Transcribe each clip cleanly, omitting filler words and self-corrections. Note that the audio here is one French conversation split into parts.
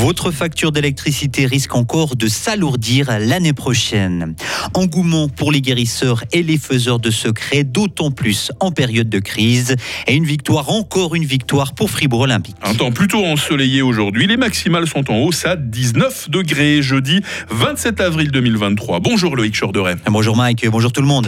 Votre facture d'électricité risque encore de s'alourdir l'année prochaine. Engouement pour les guérisseurs et les faiseurs de secrets, d'autant plus en période de crise. Et encore une victoire pour Fribourg Olympique. Un temps plutôt ensoleillé aujourd'hui. Les maximales sont en hausse à 19 degrés, jeudi 27 avril 2023. Bonjour Loïc Chorderet. Bonjour Mike, bonjour tout le monde.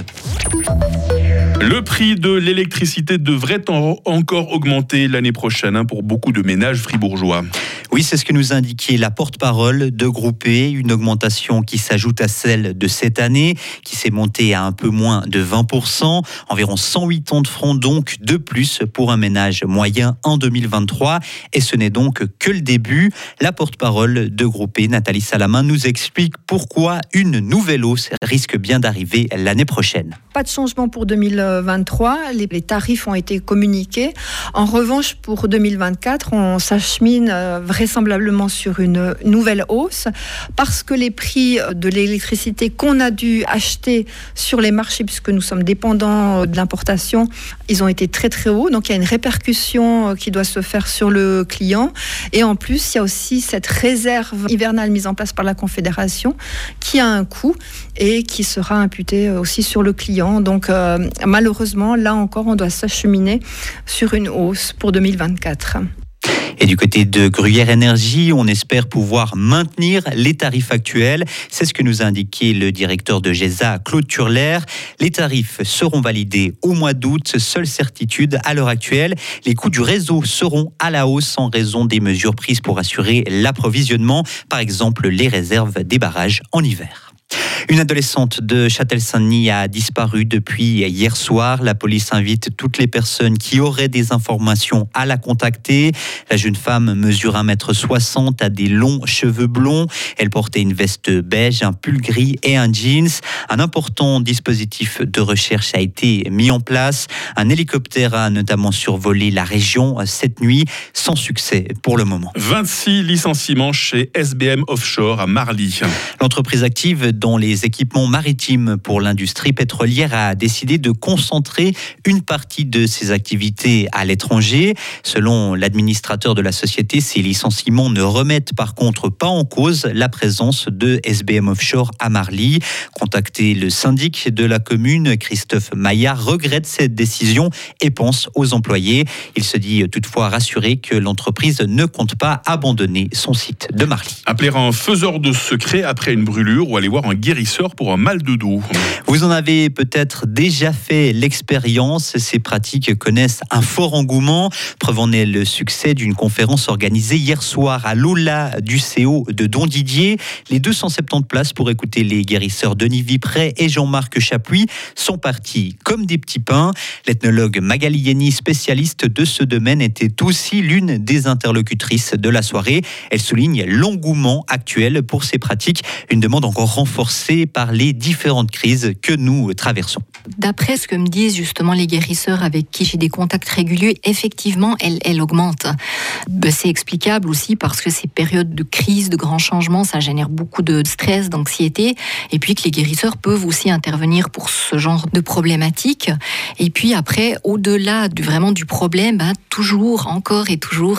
Le prix de l'électricité devrait encore augmenter l'année prochaine pour beaucoup de ménages fribourgeois. Oui, c'est ce que nous a indiqué la porte-parole de Groupe E, une augmentation qui s'ajoute à celle de cette année, qui s'est montée à un peu moins de 20%, environ 180 francs donc de plus pour un ménage moyen en 2023. Et ce n'est donc que le début. La porte-parole de Groupe E, Nathalie Salamin, nous explique pourquoi une nouvelle hausse risque bien d'arriver l'année prochaine. Pas de changement pour 2023, les tarifs ont été communiqués. En revanche, pour 2024, on s'achemine vraisemblablement sur une nouvelle hausse parce que les prix de l'électricité qu'on a dû acheter sur les marchés, puisque nous sommes dépendants de l'importation, ils ont été très très hauts. Donc il y a une répercussion qui doit se faire sur le client. Et en plus, il y a aussi cette réserve hivernale mise en place par la Confédération qui a un coût et qui sera imputée aussi sur le client. Donc malheureusement, là encore, on doit s'acheminer sur une hausse pour 2024. Et du côté de Gruyère Énergie, on espère pouvoir maintenir les tarifs actuels. C'est ce que nous a indiqué le directeur de GESA, Claude Turler. Les tarifs seront validés au mois d'août. Seule certitude à l'heure actuelle, les coûts du réseau seront à la hausse en raison des mesures prises pour assurer l'approvisionnement. Par exemple, les réserves des barrages en hiver. Une adolescente de Châtel-Saint-Denis a disparu depuis hier soir. La police invite toutes les personnes qui auraient des informations à la contacter. La jeune femme mesure 1,60 m, a des longs cheveux blonds. Elle portait une veste beige, un pull gris et un jeans. Un important dispositif de recherche a été mis en place. Un hélicoptère a notamment survolé la région cette nuit, sans succès pour le moment. 26 licenciements chez SBM Offshore à Marly. L'entreprise active dans les équipements maritimes pour l'industrie pétrolière a décidé de concentrer une partie de ses activités à l'étranger. Selon l'administrateur de la société, ces licenciements ne remettent par contre pas en cause la présence de SBM Offshore à Marly. Contacté, le syndic de la commune, Christophe Maillard, regrette cette décision et pense aux employés. Il se dit toutefois rassuré que l'entreprise ne compte pas abandonner son site de Marly. Appeler un faiseur de secret après une brûlure ou aller voir un guérisseur pour un mal de dos. Vous en avez peut-être déjà fait l'expérience. Ces pratiques connaissent un fort engouement. Preuve en est le succès d'une conférence organisée hier soir à l'Aula du CO de Don Didier. Les 270 places pour écouter les guérisseurs Denis Vipré et Jean-Marc Chapuis sont partis comme des petits pains. L'ethnologue Magali Yeni, spécialiste de ce domaine, était aussi l'une des interlocutrices de la soirée. Elle souligne l'engouement actuel pour ces pratiques, une demande encore renforcée par les différentes crises que nous traversons. D'après ce que me disent justement les guérisseurs avec qui j'ai des contacts réguliers, effectivement, elle augmente. C'est explicable aussi parce que ces périodes de crise, de grands changements, ça génère beaucoup de stress, d'anxiété, et puis que les guérisseurs peuvent aussi intervenir pour ce genre de problématiques. Et puis après, au-delà du problème, toujours, encore et toujours,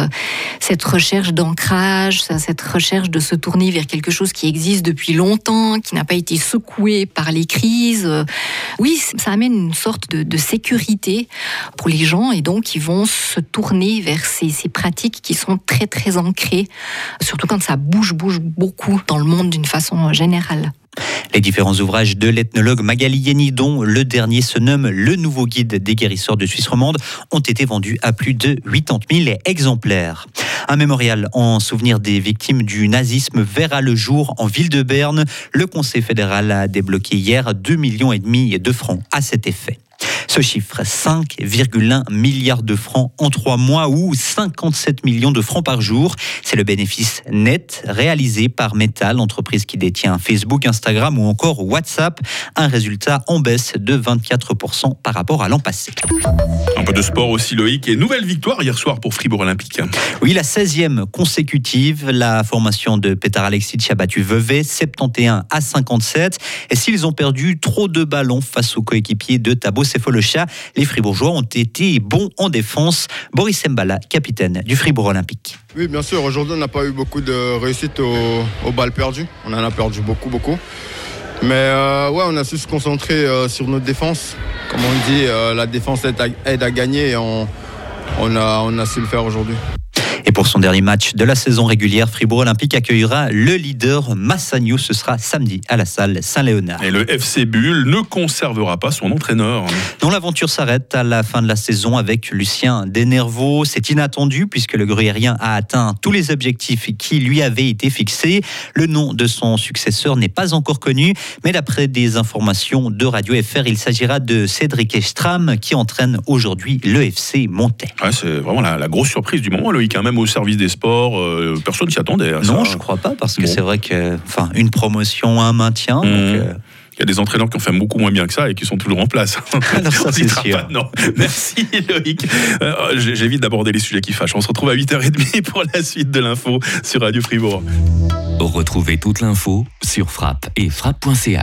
cette recherche d'ancrage, cette recherche de se tourner vers quelque chose qui existe depuis longtemps, qui n'a pas été secoué par les crises. Oui, ça amène une sorte de sécurité pour les gens et donc ils vont se tourner vers ces pratiques qui sont très très ancrées, surtout quand ça bouge beaucoup dans le monde d'une façon générale. Les différents ouvrages de l'ethnologue Magali Yeni, dont le dernier se nomme Le nouveau guide des guérisseurs de Suisse romande, ont été vendus à plus de 80 000 exemplaires. Un mémorial en souvenir des victimes du nazisme verra le jour en ville de Berne. Le Conseil fédéral a débloqué hier 2,5 millions de francs à cet effet. Ce chiffre, 5,1 milliards de francs en 3 mois ou 57 millions de francs par jour. C'est le bénéfice net réalisé par Meta, l'entreprise qui détient Facebook, Instagram ou encore WhatsApp. Un résultat en baisse de 24% par rapport à l'an passé. Un peu de sport aussi, Loïc, et nouvelle victoire hier soir pour Fribourg Olympique. Oui, la 16e consécutive. La formation de Petar Alexic a battu Vevey 71-57. Et s'ils ont perdu trop de ballons face aux coéquipiers de Thabo Folochat, les Fribourgeois ont été bons en défense. Boris Mbala, capitaine du Fribourg Olympique. Oui, bien sûr. Aujourd'hui, on n'a pas eu beaucoup de réussite aux balles perdues. On en a perdu beaucoup. Mais on a su se concentrer sur notre défense. Comme on dit, la défense aide à gagner et on a su le faire aujourd'hui. Et pour son dernier match de la saison régulière, Fribourg Olympique accueillera le leader Massagno. Ce sera samedi à la salle Saint-Léonard. Et le FC Bulle ne conservera pas son entraîneur. Non, l'aventure s'arrête à la fin de la saison avec Lucien Denervaux. C'est inattendu puisque le gruyérien a atteint tous les objectifs qui lui avaient été fixés. Le nom de son successeur n'est pas encore connu, mais d'après des informations de Radio FR, il s'agira de Cédric Estram qui entraîne aujourd'hui le FC Montais. Ouais, c'est vraiment la grosse surprise du moment, Loïc. Même au service des sports, personne s'y attendait à ça. Non, je crois pas, parce que c'est vrai que, une promotion, un maintien. Il y a des entraîneurs qui ont fait beaucoup moins bien que ça et qui sont toujours en place. Alors ça, c'est sûr. Pas, non. Merci Loïc. J'évite d'aborder les sujets qui fâchent. On se retrouve à 8h30 pour la suite de l'info sur Radio Fribourg. Retrouvez toute l'info sur Frappe et frappe.ch.